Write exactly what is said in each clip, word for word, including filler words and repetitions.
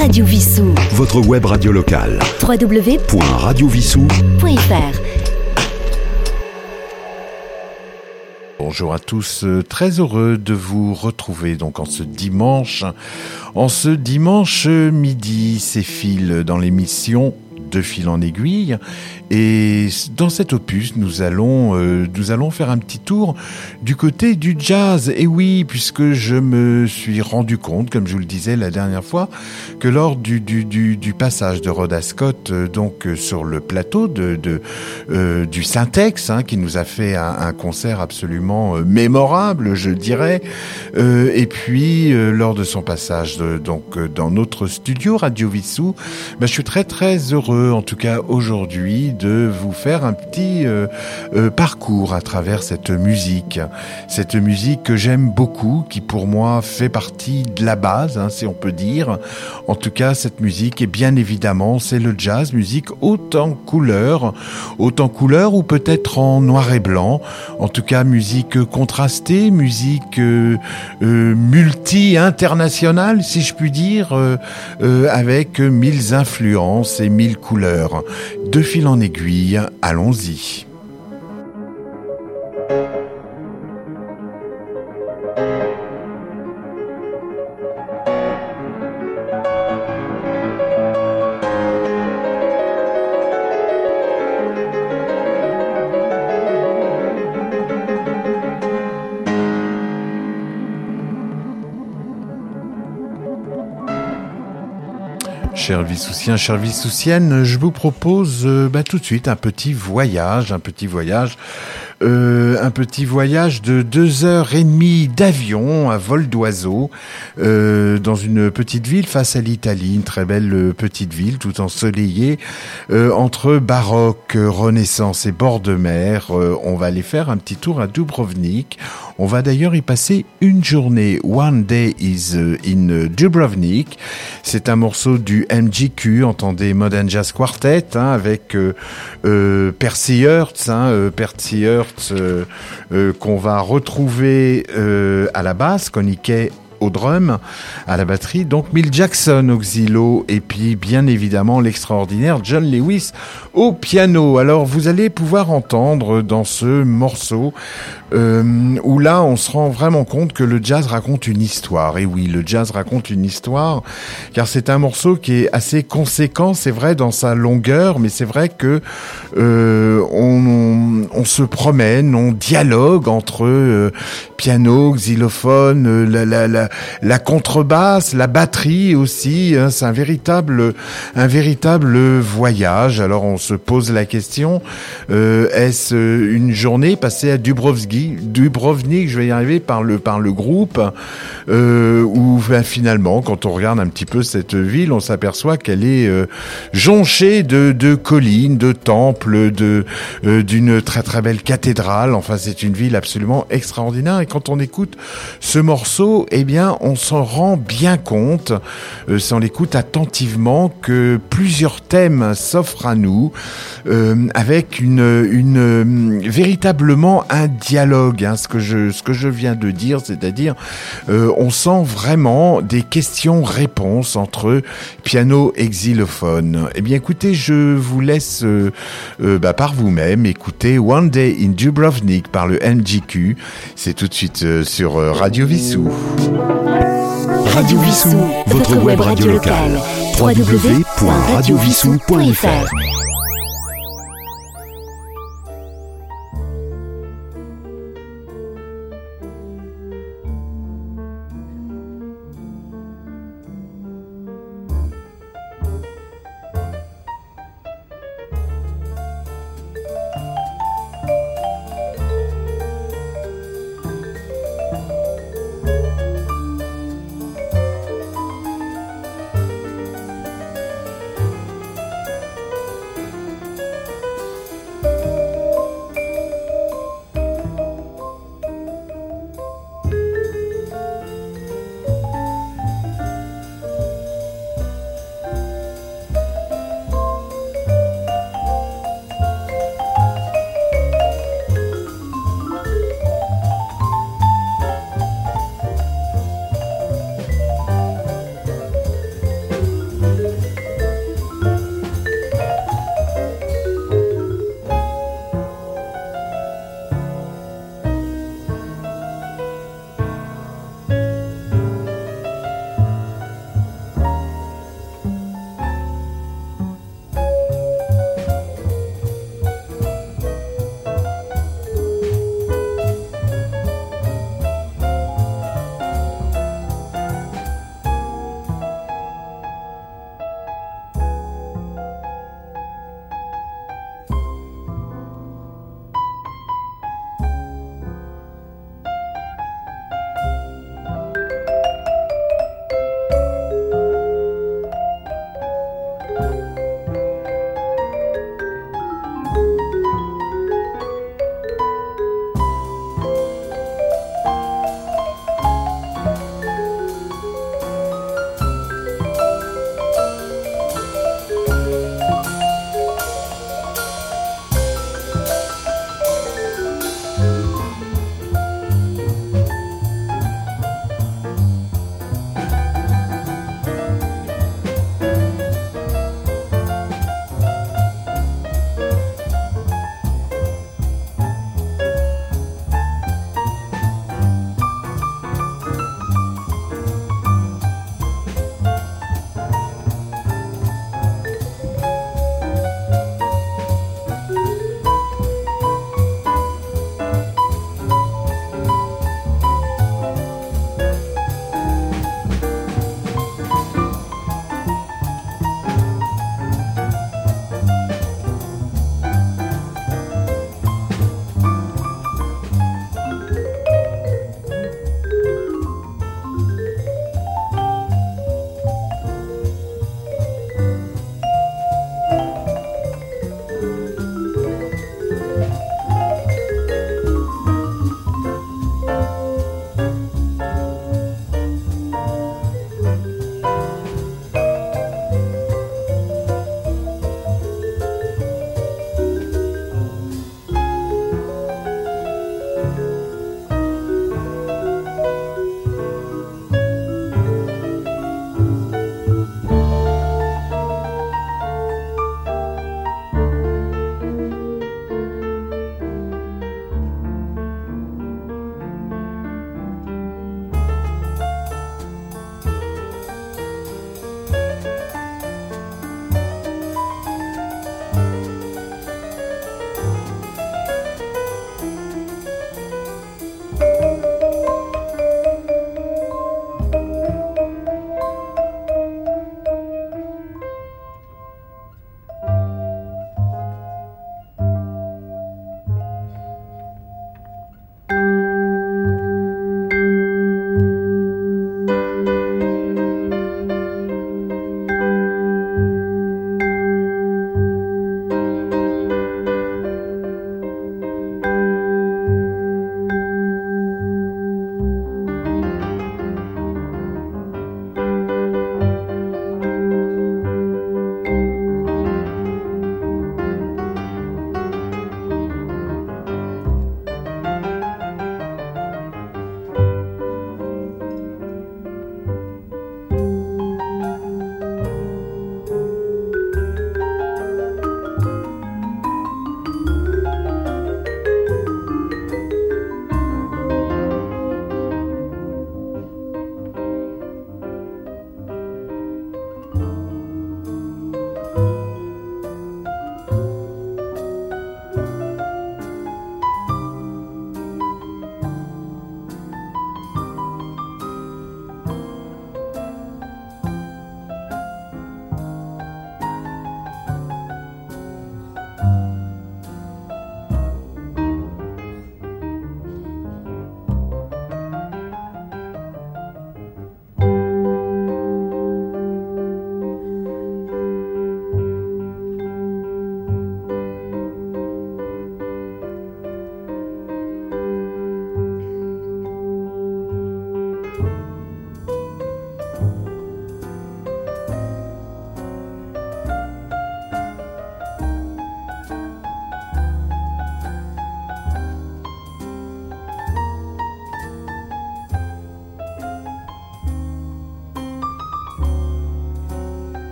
Radio Vissou. Votre web radio locale. w w w point radio vissou point f r. Bonjour à tous, très heureux de vous retrouver donc en ce dimanche, en ce dimanche midi, c'est Phil dans l'émission De fil en aiguille. Et dans cet opus, nous allons, euh, nous allons faire un petit tour du côté du jazz. Et oui, puisque je me suis rendu compte, comme je vous le disais la dernière fois, que lors du, du, du, du passage de Rhoda Scott, euh, donc euh, sur le plateau de, de, euh, du Syntex, hein, qui nous a fait un, un concert absolument euh, mémorable, je dirais. Euh, et puis, euh, lors de son passage de, donc euh, dans notre studio Radio Vissou, ben, je suis très très heureux, en tout cas aujourd'hui, de vous faire un petit euh, euh, parcours à travers cette musique. Cette musique que j'aime beaucoup, qui pour moi fait partie de la base, hein, si on peut dire. En tout cas, cette musique, et bien évidemment, c'est le jazz, musique haute en couleur, haute en couleur ou peut-être en noir et blanc. En tout cas, musique contrastée, musique euh, euh, multi-internationale, si je puis dire, euh, euh, avec mille influences et mille couleurs. De fil en aiguille, allons-y. Chers Vissoussiens, chers Vissoussiennes, je vous propose euh, bah, tout de suite un petit voyage, un petit voyage, euh, un petit voyage de deux heures et demie d'avion à vol d'oiseau euh, dans une petite ville face à l'Italie, une très belle euh, petite ville tout ensoleillée euh, entre baroque, renaissance et bord de mer. Euh, on va aller faire un petit tour à Dubrovnik. On va d'ailleurs y passer une journée. One Day is in Dubrovnik. C'est un morceau du M J Q, entendez Modern Jazz Quartet, hein, avec euh, euh, Percy Hertz, hein, euh, Percy Hertz euh, euh, qu'on va retrouver euh, à la basse, Konike au drum, à la batterie, donc Milt Jackson au xylo, et puis bien évidemment l'extraordinaire John Lewis au piano. Alors vous allez pouvoir entendre dans ce morceau euh, où là on se rend vraiment compte que le jazz raconte une histoire. Et oui, le jazz raconte une histoire, car c'est un morceau qui est assez conséquent, c'est vrai dans sa longueur, mais c'est vrai que euh, on, on, on se promène, on dialogue entre euh, piano, xylophone, euh, la, la, la la contrebasse, la batterie aussi, hein, c'est un véritable, un véritable voyage. Alors on se pose la question, euh, est-ce une journée passée à Dubrovnik, Dubrovnik, je vais y arriver, par le, par le groupe, euh, ou ben, finalement, quand on regarde un petit peu cette ville, on s'aperçoit qu'elle est euh, jonchée de, de collines, de temples, de, euh, d'une très très belle cathédrale. Enfin, c'est une ville absolument extraordinaire. Et quand on écoute ce morceau, eh bien, on s'en rend bien compte, euh, si on l'écoute attentivement, que plusieurs thèmes s'offrent à nous, euh, avec une, une euh, véritablement un dialogue, hein, ce que je, ce que je viens de dire, c'est-à-dire, euh, on sent vraiment des questions-réponses entre piano et xylophone. Eh bien, écoutez, je vous laisse euh, euh, bah, par vous-même écouter One Day in Dubrovnik par le M J Q. C'est tout de suite euh, sur euh, Radio Vissou. Radio Vissou, votre web radio locale. w w w point radio vissou point f r.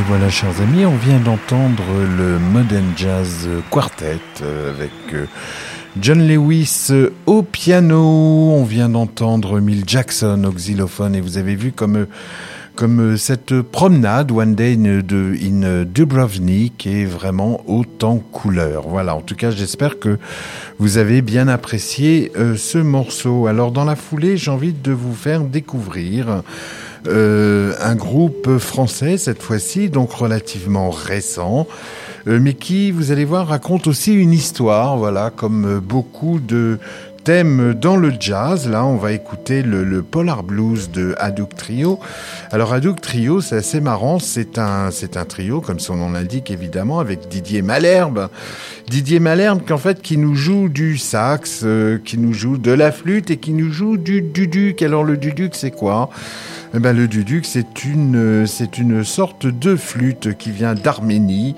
voilà, chers amis, on vient d'entendre le Modern Jazz Quartet avec John Lewis au piano. On vient d'entendre Milt Jackson au xylophone. Et vous avez vu comme, comme cette promenade One Day in, in Dubrovnik est vraiment haute en couleurs. Voilà, en tout cas, j'espère que vous avez bien apprécié euh, ce morceau. Alors, dans la foulée, j'ai envie de vous faire découvrir Euh, un groupe français cette fois-ci, donc relativement récent, euh, mais qui, vous allez voir, raconte aussi une histoire, voilà, comme beaucoup de thèmes dans le jazz. Là, on va écouter le, le Polar Blues de Hadouk Trio. Alors, Hadouk Trio, c'est assez marrant, c'est un, c'est un trio, comme son nom l'indique évidemment, avec Didier Malherbe. Didier Malherbe, qu'en fait, qui nous joue du sax, euh, qui nous joue de la flûte et qui nous joue du duduk. Alors, le duduk, c'est quoi ? Eh ben, le duduk, c'est une, c'est une sorte de flûte qui vient d'Arménie,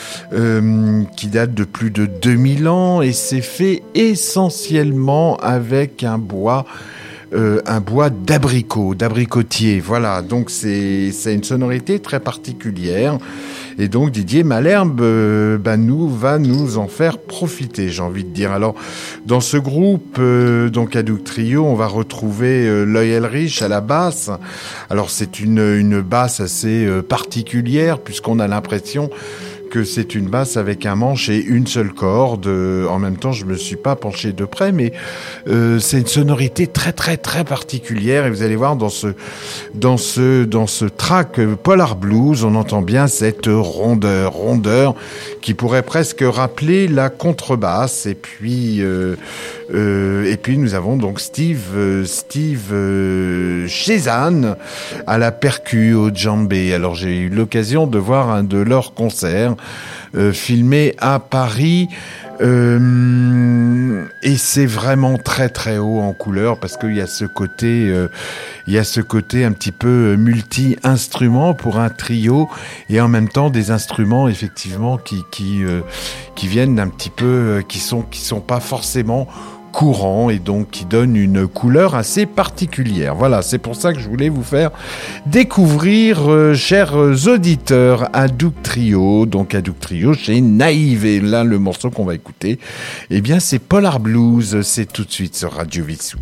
euh, qui date de plus de deux mille ans et c'est fait essentiellement avec un bois, euh, un bois d'abricot, d'abricotier. Voilà, donc c'est, c'est une sonorité très particulière. Et donc Didier Malherbe euh, bah, nous, va nous en faire profiter, j'ai envie de dire. Alors, dans ce groupe, euh, donc Hadouk Trio, on va retrouver euh, Loyal Rich à la basse. Alors, c'est une, une basse assez euh, particulière, puisqu'on a l'impression que c'est une basse avec un manche et une seule corde. Euh, en même temps, je me suis pas penché de près, mais euh, c'est une sonorité très très très particulière. Et vous allez voir dans ce dans ce dans ce track Polar Blues, on entend bien cette rondeur, rondeur qui pourrait presque rappeler la contrebasse. Et puis euh, euh, et puis nous avons donc Steve euh, Steve euh, Chezanne à la percu au djembé. Alors j'ai eu l'occasion de voir un de leurs concerts. Euh, filmé à Paris euh, et c'est vraiment très très haut en couleur parce qu'il y a ce côté euh, il y a ce côté un petit peu multi-instrument pour un trio et en même temps des instruments effectivement qui qui euh, qui viennent d'un petit peu euh, qui sont qui sont pas forcément courant et donc qui donne une couleur assez particulière. Voilà, c'est pour ça que je voulais vous faire découvrir, euh, chers auditeurs, Hadouk Trio, donc Hadouk Trio chez Naïve. Et là, le morceau qu'on va écouter, eh bien, c'est Polar Blues, c'est tout de suite sur Radio Vissou.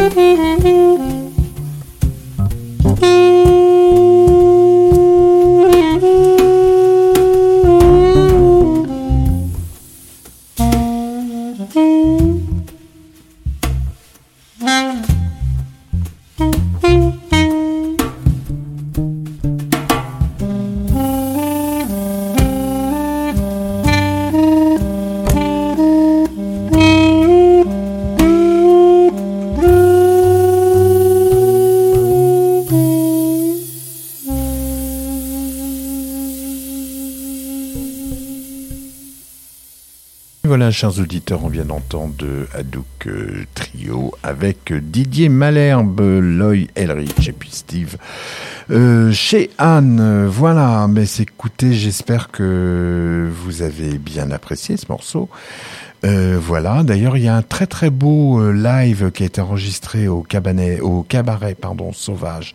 Voilà, chers auditeurs, on vient d'entendre de Hadouk euh, Trio avec Didier Malherbe, Loy Elrich et puis Steve euh, chez Anne. Euh, voilà, mais écoutez, j'espère que vous avez bien apprécié ce morceau. Euh, voilà, d'ailleurs, il y a un très très beau euh, live qui a été enregistré au cabaret, au cabaret pardon, Sauvage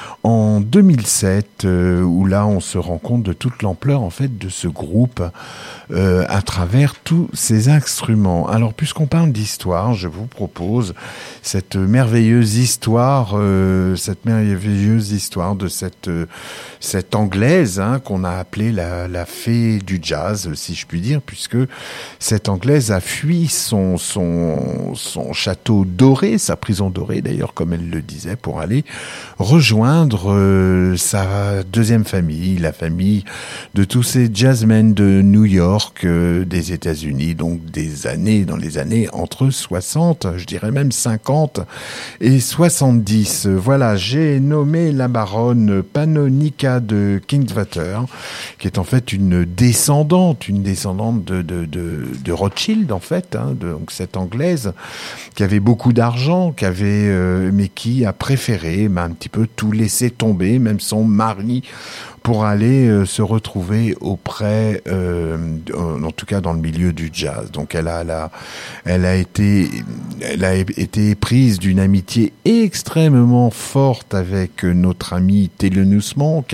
en deux mille sept, euh, où là on se rend compte de toute l'ampleur en fait de ce groupe euh, à travers tous ces instruments. Alors, puisqu'on parle d'histoire, je vous propose cette merveilleuse histoire, euh, cette merveilleuse histoire de cette euh, cette anglaise hein, qu'on a appelée la, la fée du jazz, si je puis dire, puisque cette anglaise a fui son son son château doré, sa prison dorée d'ailleurs, comme elle le disait, pour aller rejoindre Euh, sa deuxième famille, la famille de tous ces jazzmen de New York, euh, des États-Unis, donc des années, dans les années entre soixante, je dirais même cinquante et soixante-dix. Voilà, j'ai nommé la baronne Panonica de Kingswater, qui est en fait une descendante, une descendante de, de, de, de Rothschild, en fait, hein, de, donc cette anglaise, qui avait beaucoup d'argent, qui avait, euh, mais qui a préféré ben, un petit peu tout laisser tomber, même son mari, pour aller euh, se retrouver auprès, euh, en tout cas dans le milieu du jazz. Donc elle a, elle a, elle a été, elle a été prise d'une amitié extrêmement forte avec notre ami Thelonious Monk,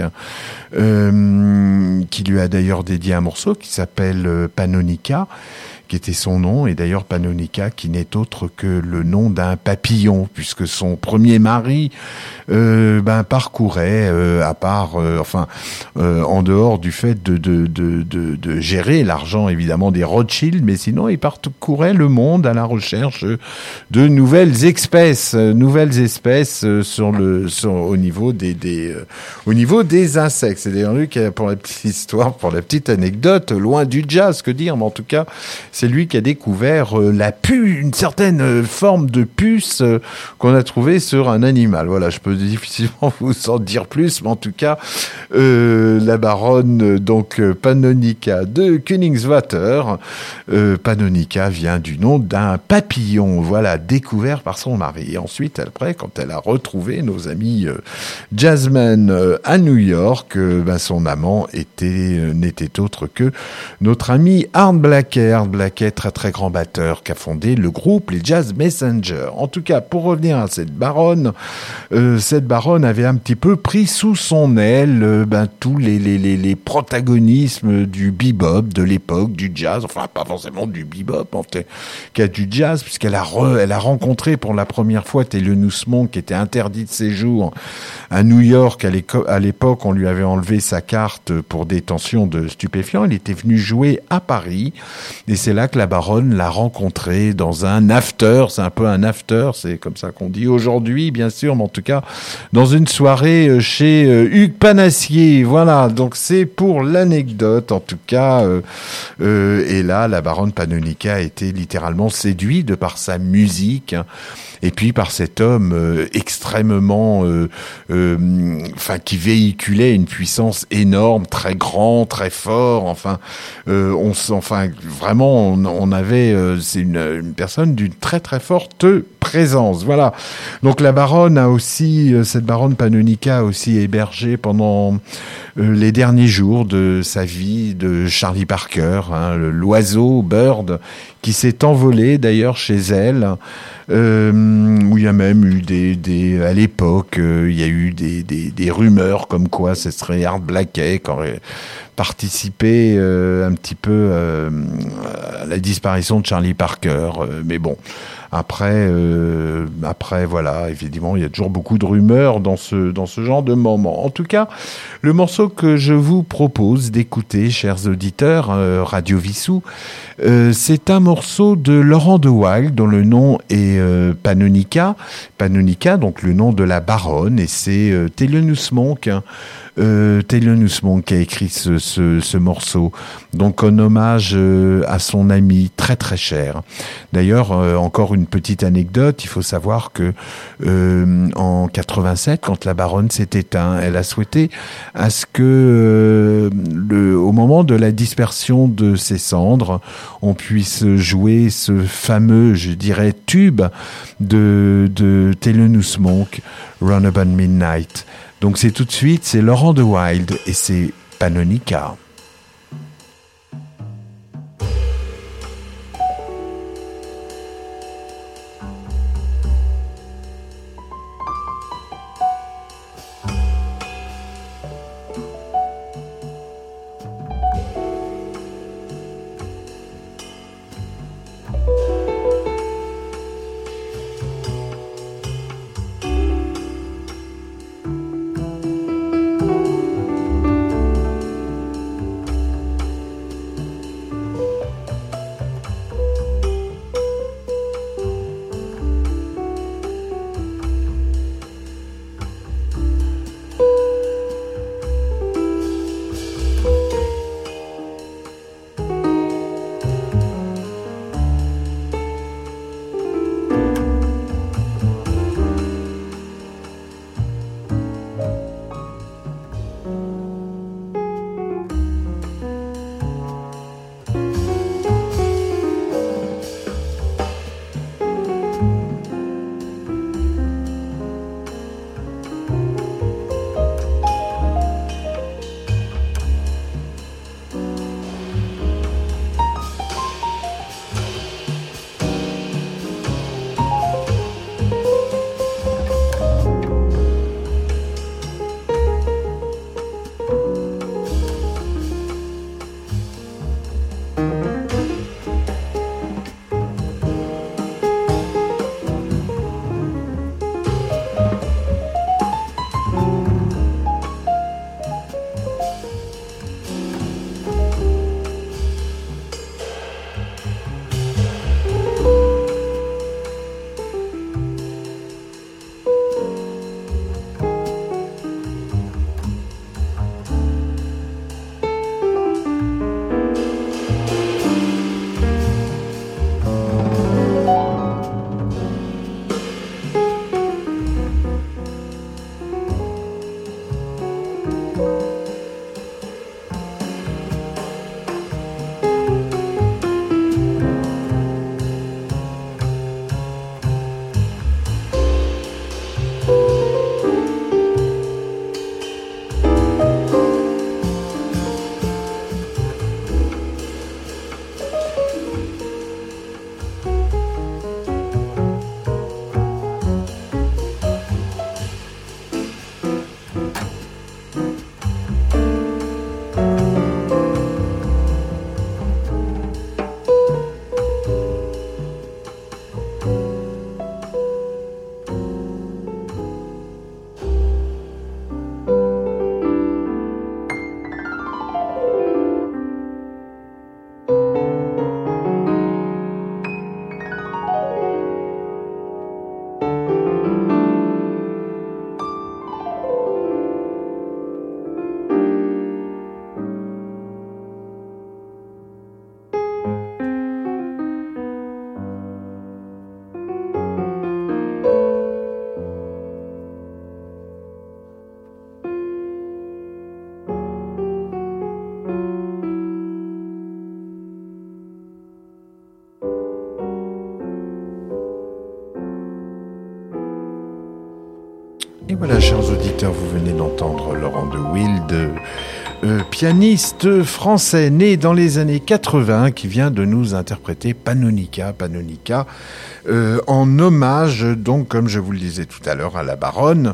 euh, qui lui a d'ailleurs dédié un morceau qui s'appelle Panonica, qui était son nom, et d'ailleurs Panonica qui n'est autre que le nom d'un papillon, puisque son premier mari euh, ben parcourait, euh, à part, euh, enfin, euh, en dehors du fait de de de de, de gérer l'argent évidemment des Rothschild, mais sinon il parcourait le monde à la recherche de nouvelles espèces, nouvelles espèces sur le sur au niveau des des euh, au niveau des insectes. C'est d'ailleurs lui qui a, pour la petite histoire, pour la petite anecdote, loin du jazz, que dire, mais en tout cas c'est lui qui a découvert euh, la puce, une certaine euh, forme de puce euh, qu'on a trouvée sur un animal. Voilà, je peux difficilement vous en dire plus, mais en tout cas, euh, la baronne euh, donc euh, Panonica de Königswater, euh, Panonica vient du nom d'un papillon, voilà, découvert par son mari. Et ensuite, après, quand elle a retrouvé nos amis euh, jazzmen euh, à New York, euh, ben, son amant était euh, n'était autre que notre ami Art Blakey. Art Blakey, très très grand batteur, qui a fondé le groupe les Jazz Messengers. En tout cas, pour revenir à cette baronne, euh, cette baronne avait un petit peu pris sous son aile euh, ben, tous les, les, les, les protagonismes du bebop de l'époque, du jazz, enfin pas forcément du bebop, en tout cas du jazz, puisqu'elle a, re, elle a rencontré pour la première fois Thelonious Monk, qui était interdit de séjour à New York. À l'époque, on lui avait enlevé sa carte pour détention de stupéfiants. Il était venu jouer à Paris, et c'est là que la baronne l'a rencontré dans un after, c'est un peu un after, c'est comme ça qu'on dit aujourd'hui, bien sûr, mais en tout cas, dans une soirée chez Hugues Panassier. Voilà, donc c'est pour l'anecdote, en tout cas. Euh, euh, et là, la baronne Panonica a été littéralement séduite de par sa musique, hein, et puis par cet homme euh, extrêmement, euh, euh, enfin, qui véhiculait une puissance énorme, très grand, très fort. Enfin, euh, on, enfin, vraiment, on, on avait, euh, c'est une, une personne d'une très très forte présence. Voilà. Donc la baronne a aussi, euh, cette baronne Panonica a aussi hébergé pendant euh, les derniers jours de sa vie de Charlie Parker, hein, l'oiseau Bird, qui s'est envolé d'ailleurs chez elle. Euh, où il y a même eu des, des à l'époque, euh, il y a eu des, des, des rumeurs comme quoi ce serait Art Blakey qui aurait participé euh, un petit peu euh, à la disparition de Charlie Parker. Euh, mais bon, Après, euh, après voilà, évidemment, il y a toujours beaucoup de rumeurs dans ce dans ce genre de moment. En tout cas, le morceau que je vous propose d'écouter, chers auditeurs, euh, Radio Vissou, euh, c'est un morceau de Laurent de Wild dont le nom est euh, Pannonica, Pannonica, donc le nom de la baronne, et c'est euh, Thelonious Monk. Hein. Euh, Thelonious Monk qui a écrit ce, ce, ce morceau, donc en hommage euh, à son ami très très cher. D'ailleurs, euh, encore une petite anecdote, il faut savoir que euh, en quatre-vingt-sept, quand la baronne s'est éteinte, elle a souhaité à ce que euh, le, au moment de la dispersion de ses cendres, on puisse jouer ce fameux, je dirais, tube de, de Thelonious Monk, Run About Midnight. Donc c'est tout de suite, c'est Laurent de Wild et c'est Pannonica. Et voilà, chers auditeurs, vous venez d'entendre Laurent de Wild euh, pianiste français né dans les années quatre-vingts qui vient de nous interpréter Pannonica, Pannonica euh, en hommage, donc comme je vous le disais tout à l'heure, à la baronne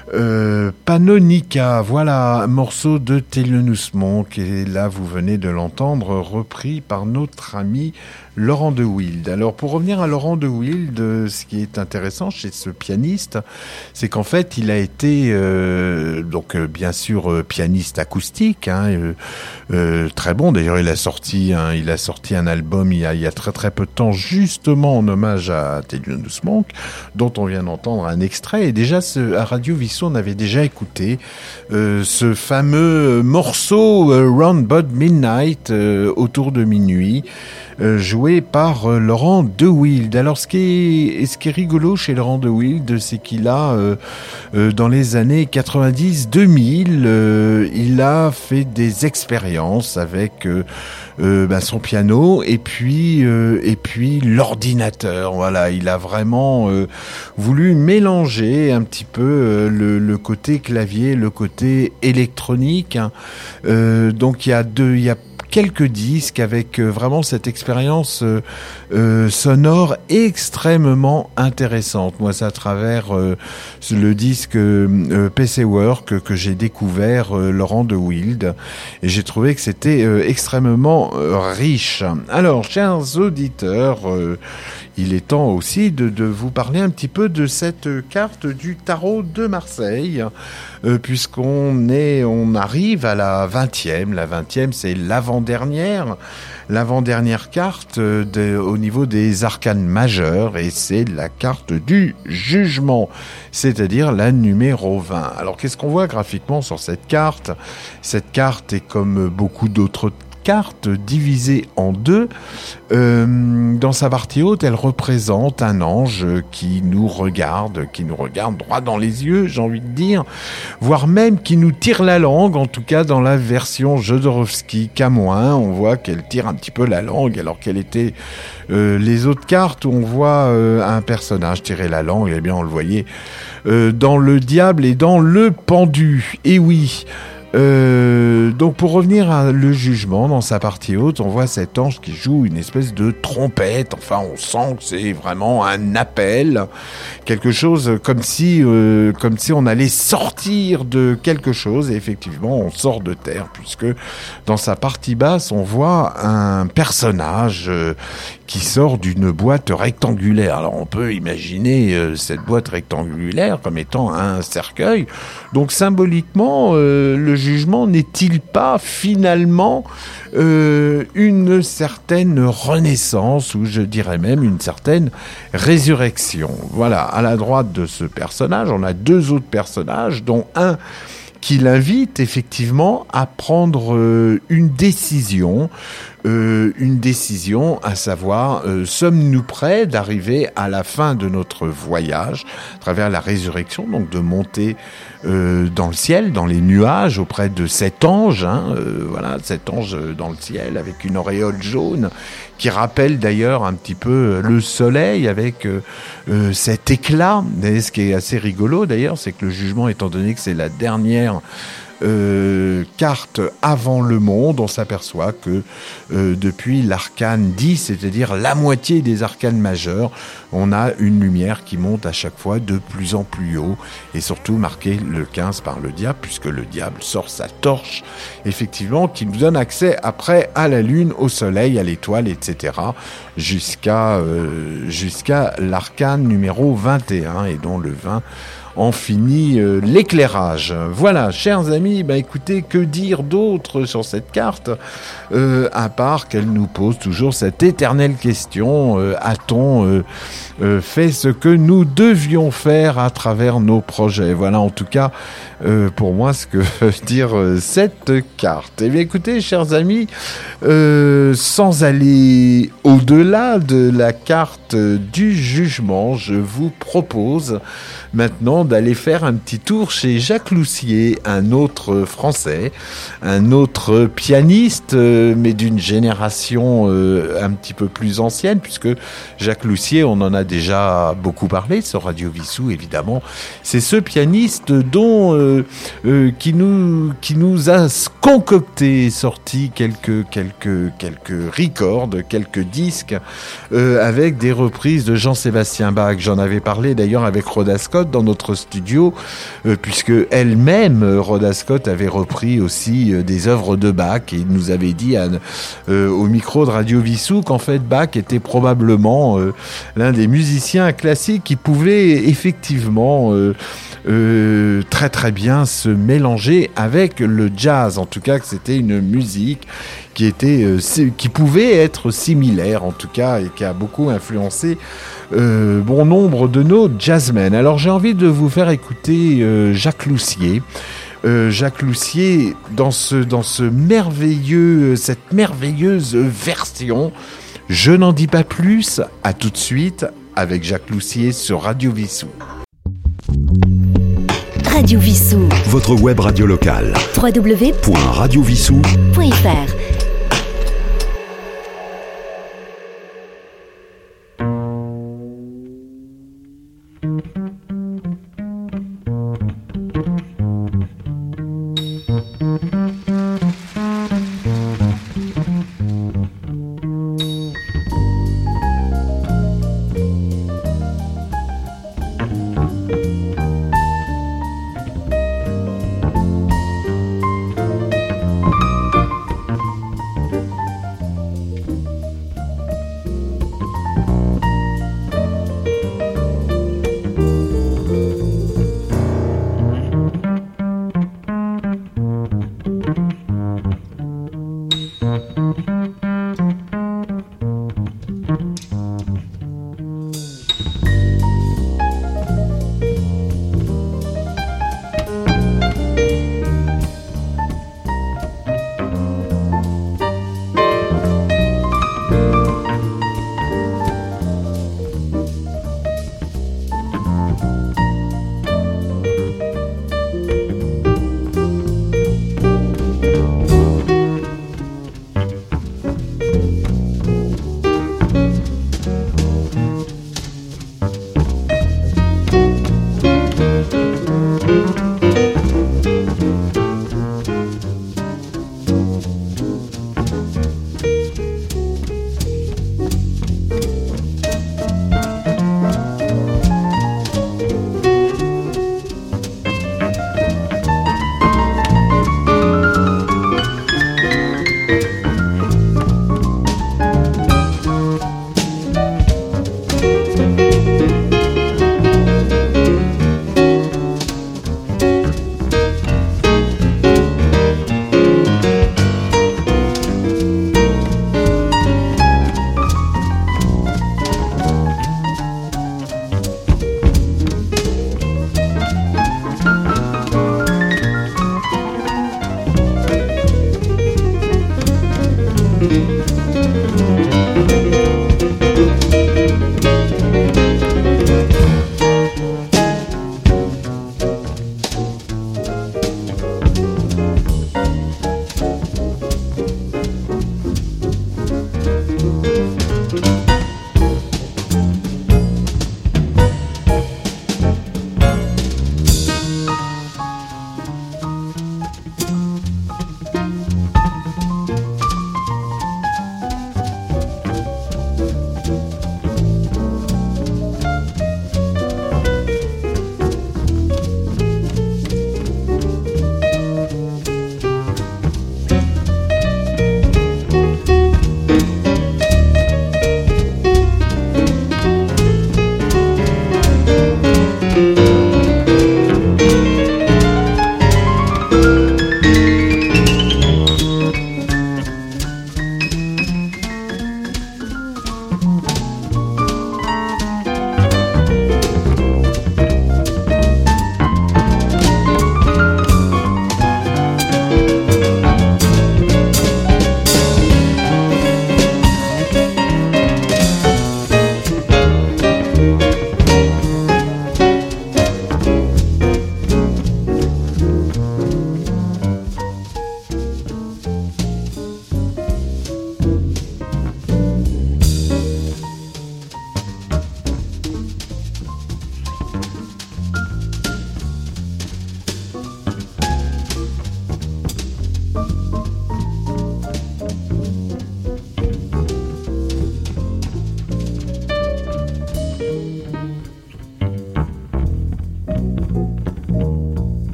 euh, Pannonica. Voilà un morceau de Thelonious Monk et là vous venez de l'entendre repris par notre ami Laurent de Wild. Alors pour revenir à Laurent de Wild, ce qui est intéressant chez ce pianiste, c'est qu'en fait il a été euh, donc euh, bien sûr euh, pianiste acoustique, hein, euh, euh, très bon. D'ailleurs il a sorti un, il a sorti un album il y a, il y a très très peu de temps justement en hommage à Thelonious Monk, dont on vient d'entendre un extrait. Et déjà ce, à Radio Vissou on avait déjà écouté euh, ce fameux morceau euh, Round About Midnight, euh, autour de minuit. Euh, joué par euh, Laurent de Wild. Alors ce qui est, ce qui est rigolo chez Laurent de Wild, c'est qu'il a euh, euh, dans les années quatre-vingt-dix deux mille, euh, il a fait des expériences avec euh, euh, bah, son piano et puis euh, et puis l'ordinateur. Voilà, il a vraiment euh, voulu mélanger un petit peu euh, le, le côté clavier, le côté électronique. Hein. Euh, donc il y a deux, il y a quelques disques avec euh, vraiment cette expérience euh, euh, sonore extrêmement intéressante. Moi, c'est à travers euh, le disque euh, P C Work que j'ai découvert euh, Laurent de Wild et j'ai trouvé que c'était euh, extrêmement euh, riche. Alors, chers auditeurs, euh, il est temps aussi de, de vous parler un petit peu de cette carte du tarot de Marseille, euh, puisqu'on est, on arrive à la vingtième. La vingtième, c'est l'avant-dernière, l'avant-dernière carte de, au niveau des arcanes majeurs, et c'est la carte du jugement, c'est-à-dire la numéro vingt. Alors, qu'est-ce qu'on voit graphiquement sur cette carte ? Cette carte est comme beaucoup d'autres carte divisée en deux. Euh, dans sa partie haute, elle représente un ange qui nous regarde, qui nous regarde droit dans les yeux, j'ai envie de dire, voire même qui nous tire la langue. En tout cas, dans la version Jodorowsky Camoin, on voit qu'elle tire un petit peu la langue, alors qu'elle était euh, les autres cartes où on voit euh, un personnage tirer la langue, eh bien on le voyait euh, dans le diable et dans le pendu. Et oui. Euh, donc pour revenir à le jugement, dans sa partie haute, on voit cet ange qui joue une espèce de trompette. Enfin, on sent que c'est vraiment un appel, quelque chose comme si, euh, comme si on allait sortir de quelque chose. Et effectivement, on sort de terre, puisque dans sa partie basse, on voit un personnage euh, qui sort d'une boîte rectangulaire. Alors on peut imaginer euh, cette boîte rectangulaire comme étant un cercueil. Donc symboliquement, euh, le jugement n'est-il pas finalement euh, une certaine renaissance, ou je dirais même une certaine résurrection? Voilà, à la droite de ce personnage, on a deux autres personnages, dont un qui l'invite effectivement à prendre euh, une décision, euh, une décision à savoir, euh, sommes-nous prêts d'arriver à la fin de notre voyage, à travers la résurrection, donc de monter euh, dans le ciel, dans les nuages, auprès de cet ange, hein, euh, voilà, cet ange dans le ciel, avec une auréole jaune, qui rappelle d'ailleurs un petit peu le soleil, avec euh, euh, cet éclat. Et ce qui est assez rigolo d'ailleurs, c'est que le jugement, étant donné que c'est la dernière Euh, carte avant le monde, on s'aperçoit que euh, depuis l'arcane dix, c'est-à-dire la moitié des arcanes majeures, on a une lumière qui monte à chaque fois de plus en plus haut, et surtout marqué le quinze par le diable, puisque le diable sort sa torche, effectivement, qui nous donne accès après à la lune, au soleil, à l'étoile, et cetera, jusqu'à euh, jusqu'à l'arcane numéro vingt et un, et dont le vingt en finit euh, l'éclairage. Voilà, chers amis, bah écoutez, que dire d'autre sur cette carte, euh, à part qu'elle nous pose toujours cette éternelle question, euh, a-t-on euh, euh, fait ce que nous devions faire à travers nos projets? Voilà, en tout cas, euh, pour moi, ce que veut dire euh, cette carte. Eh bien, écoutez, chers amis, euh, sans aller au-delà de la carte du jugement, je vous propose maintenant d'aller faire un petit tour chez Jacques Loussier, un autre Français, un autre pianiste, euh, mais d'une génération euh, un petit peu plus ancienne, puisque Jacques Loussier, on en a déjà beaucoup parlé sur Radio Vissou, évidemment. C'est ce pianiste dont euh, euh, qui nous qui nous a concocté, sorti quelques quelques quelques records, quelques disques euh, avec des reprises de Jean-Sébastien Bach. J'en avais parlé d'ailleurs avec Rhoda Scott dans notre studio, euh, puisque elle-même, Rhoda Scott, avait repris aussi euh, des œuvres de Bach, et il nous avait dit à, euh, au micro de Radio Vissou qu'en fait Bach était probablement euh, l'un des musiciens classiques qui pouvait effectivement euh, euh, très très bien se mélanger avec le jazz. En tout cas, que c'était une musique qui était, euh, qui pouvait être similaire en tout cas, et qui a beaucoup influencé euh, bon nombre de nos jazzmen. Alors j'ai envie de vous faire écouter euh, Jacques Loussier. Euh, Jacques Loussier dans ce dans ce merveilleux cette merveilleuse version. Je n'en dis pas plus. À tout de suite avec Jacques Loussier sur Radio Vissou. Radio Vissou. Votre web radio locale. w w w point radio vissou point f r.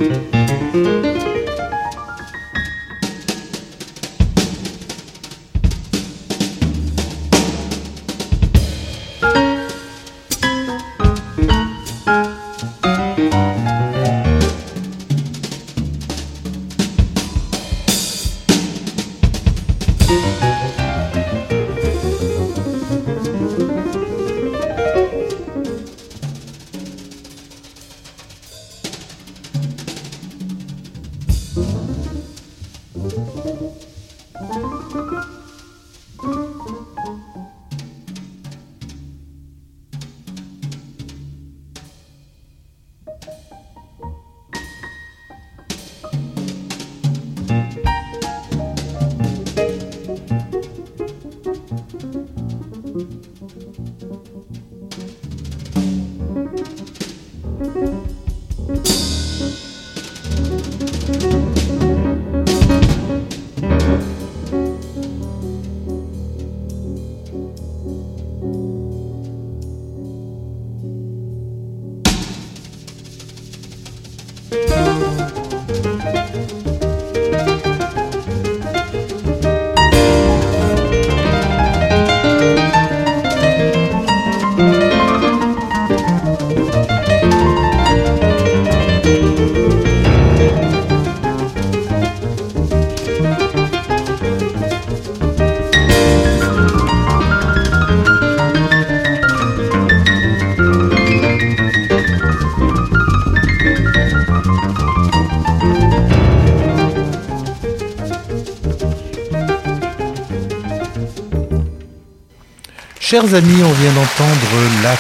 Chers amis, on vient d'entendre la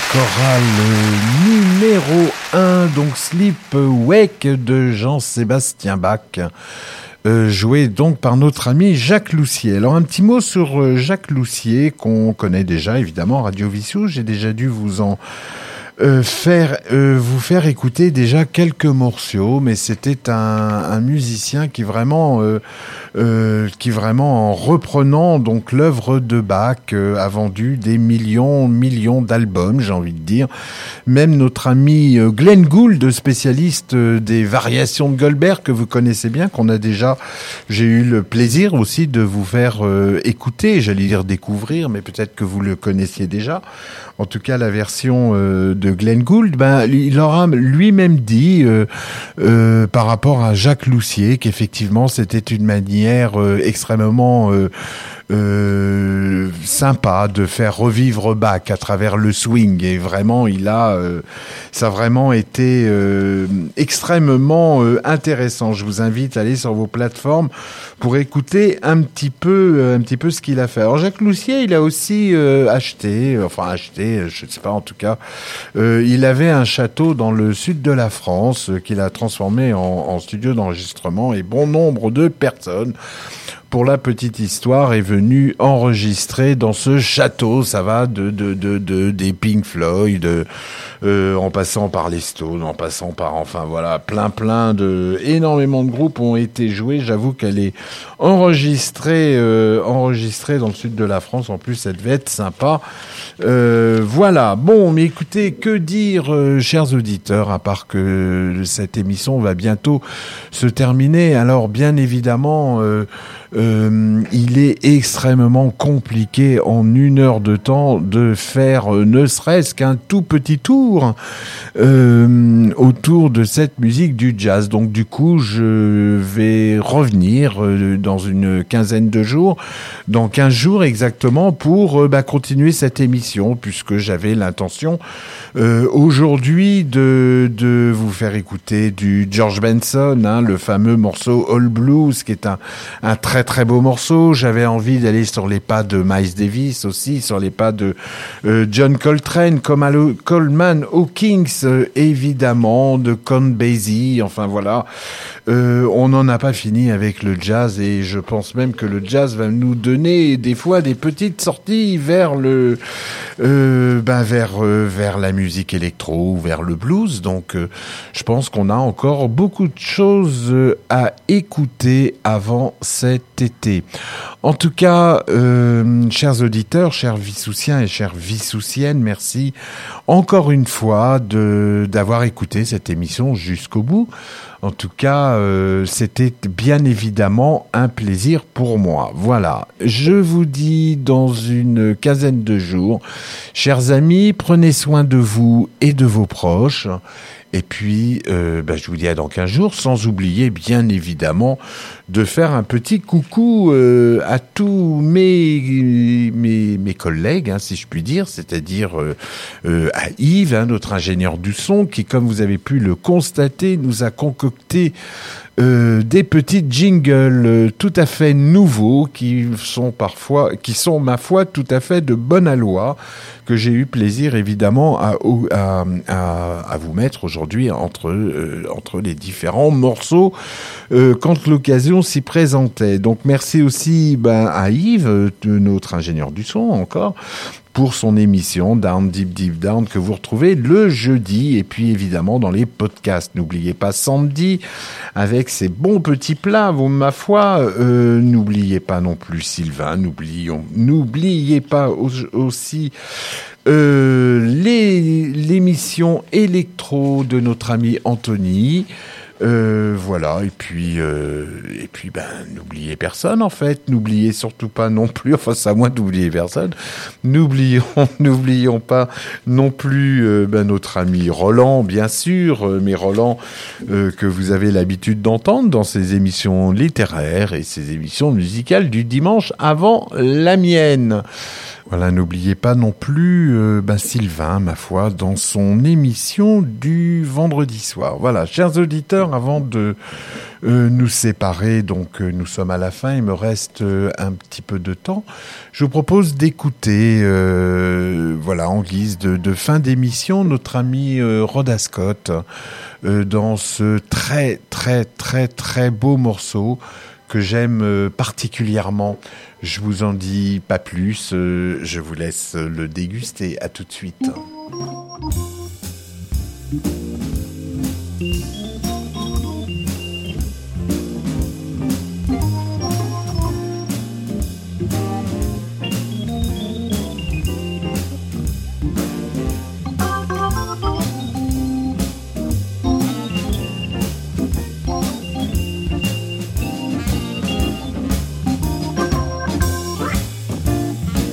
chorale numéro un, donc Sleepwake de Jean-Sébastien Bach, euh, joué donc par notre ami Jacques Loussier. Alors un petit mot sur Jacques Loussier, qu'on connaît déjà évidemment, Radio Vissou. J'ai déjà dû vous en euh, faire euh, vous faire écouter déjà quelques morceaux, mais c'était un, un musicien qui vraiment euh, euh, qui vraiment en reprenant donc l'œuvre de Bach euh, a vendu des millions millions d'albums, j'ai envie de dire. Même notre ami euh, Glenn Gould, spécialiste euh, des variations de Goldberg que vous connaissez bien, qu'on a déjà, j'ai eu le plaisir aussi de vous faire euh, écouter, j'allais dire découvrir, mais peut-être que vous le connaissiez déjà. En tout cas, la version euh, de Glenn Gould, ben, il aura lui-même dit euh, euh, par rapport à Jacques Loussier qu'effectivement c'était une manière euh, extrêmement euh, euh, sympa de faire revivre Bach à travers le swing, et vraiment il a euh, ça a vraiment été euh, extrêmement euh, intéressant. Je vous invite à aller sur vos plateformes pour écouter un petit peu euh, un petit peu ce qu'il a fait. Alors Jacques Loussier, il a aussi euh, acheté euh, enfin acheté je ne sais pas, en tout cas euh, il avait un château dans le sud de la France euh, qu'il a transformé en, en studio d'enregistrement, et bon nombre de personnes, pour la petite histoire, est venu enregistrer dans ce château. Ça va de de de, de des Pink Floyd, euh, en passant par les Stones, en passant par, enfin voilà, plein plein de énormément de groupes ont été joués. J'avoue qu'elle est enregistrée euh, enregistrée dans le sud de la France. En plus, ça devait être sympa. Euh, voilà. Bon, mais écoutez, que dire, euh, chers auditeurs, à part que cette émission va bientôt se terminer. Alors, bien évidemment. Euh, Euh, il est extrêmement compliqué en une heure de temps de faire euh, ne serait-ce qu'un tout petit tour euh, autour de cette musique du jazz. Donc du coup, je vais revenir euh, dans une quinzaine de jours, dans quinze jours exactement, pour euh, bah, continuer cette émission, puisque j'avais l'intention euh, aujourd'hui de, de vous faire écouter du George Benson, hein, le fameux morceau All Blues, qui est un, un très très beau morceau. J'avais envie d'aller sur les pas de Miles Davis aussi, sur les pas de euh, John Coltrane, comme Alo- Coleman Hawkins, euh, évidemment, de Count Basie, enfin voilà. Euh, on n'en a pas fini avec le jazz et je pense même que le jazz va nous donner des fois des petites sorties vers le, euh, ben vers euh, vers la musique électro ou vers le blues. Donc, euh, je pense qu'on a encore beaucoup de choses à écouter avant cet été. En tout cas, euh, chers auditeurs, chers Vissoussiens et chères Vissoussiennes, merci encore une fois de d'avoir écouté cette émission jusqu'au bout. En tout cas, euh, c'était bien évidemment un plaisir pour moi. Voilà, je vous dis dans une quinzaine de jours, chers amis, prenez soin de vous et de vos proches. Et puis, euh, bah, je vous dis à dans quinze jours, sans oublier bien évidemment de faire un petit coucou euh, à tous mes mes, mes collègues, hein, si je puis dire, c'est-à-dire euh, euh, à Yves, hein, notre ingénieur du son, qui, comme vous avez pu le constater, nous a concocté Euh, des petits jingles euh, tout à fait nouveaux qui sont parfois, qui sont ma foi tout à fait de bonne aloi, que j'ai eu plaisir évidemment à, à, à, à vous mettre aujourd'hui entre, euh, entre les différents morceaux euh, quand l'occasion s'y présentait. Donc merci aussi ben, à Yves, notre ingénieur du son encore, pour son émission Down Deep Deep Down que vous retrouvez le jeudi et puis évidemment dans les podcasts. N'oubliez pas samedi avec ses bons petits plats, vous, ma foi. Euh, n'oubliez pas non plus Sylvain, n'oublions, n'oubliez pas aussi euh, les, l'émission électro de notre ami Anthony. Euh, voilà, et puis, euh, et puis, ben, n'oubliez personne, en fait. N'oubliez surtout pas non plus, enfin, c'est à moi d'oublier personne. N'oublions, n'oublions pas non plus, euh, ben, notre ami Roland, bien sûr, euh, mais Roland, euh, que vous avez l'habitude d'entendre dans ses émissions littéraires et ses émissions musicales du dimanche avant la mienne. Voilà, n'oubliez pas non plus euh, ben Sylvain, ma foi, dans son émission du vendredi soir. Voilà, chers auditeurs, avant de euh, nous séparer, donc euh, nous sommes à la fin, il me reste euh, un petit peu de temps. Je vous propose d'écouter, euh, voilà, en guise de, de fin d'émission, notre ami euh, Rhoda Scott euh, dans ce très, très, très, très beau morceau que j'aime euh, particulièrement. Je vous en dis pas plus, euh, je vous laisse le déguster. À tout de suite.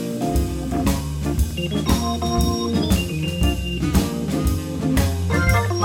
Thank you.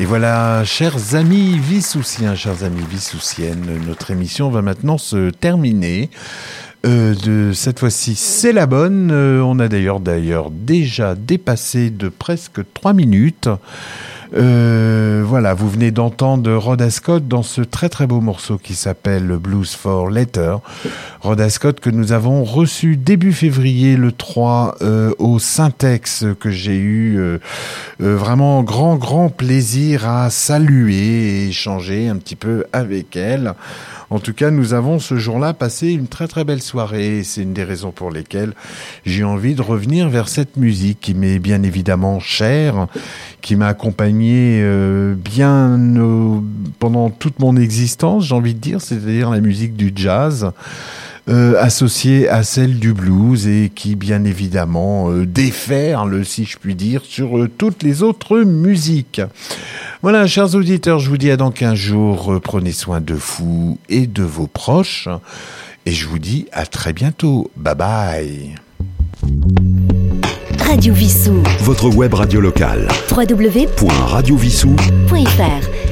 voilà, chers amis vissoussiens, chers amis vissoussiennes, notre émission va maintenant se terminer. Euh, de cette fois-ci, c'est la bonne. Euh, on a d'ailleurs, d'ailleurs déjà dépassé de presque trois minutes. Euh, voilà, vous venez d'entendre Rhoda Scott dans ce très très beau morceau qui s'appelle Blues for Later. Rhoda Scott que nous avons reçu début février le trois euh, au Syntex, que j'ai eu euh, euh, vraiment grand grand plaisir à saluer et échanger un petit peu avec elle. En tout cas, nous avons ce jour-là passé une très très belle soirée. C'est une des raisons pour lesquelles j'ai envie de revenir vers cette musique qui m'est bien évidemment chère, qui m'a accompagné euh, bien euh, pendant toute mon existence, j'ai envie de dire, c'est-à-dire la musique du jazz, euh, associée à celle du blues et qui bien évidemment euh, déferle, si je puis dire, sur euh, toutes les autres musiques. Voilà, chers auditeurs, je vous dis à dans quinze jours, euh, prenez soin de vous et de vos proches, et je vous dis à très bientôt. Bye bye. Radio Vissou. Votre web radio locale. w w w point radio vissou point f r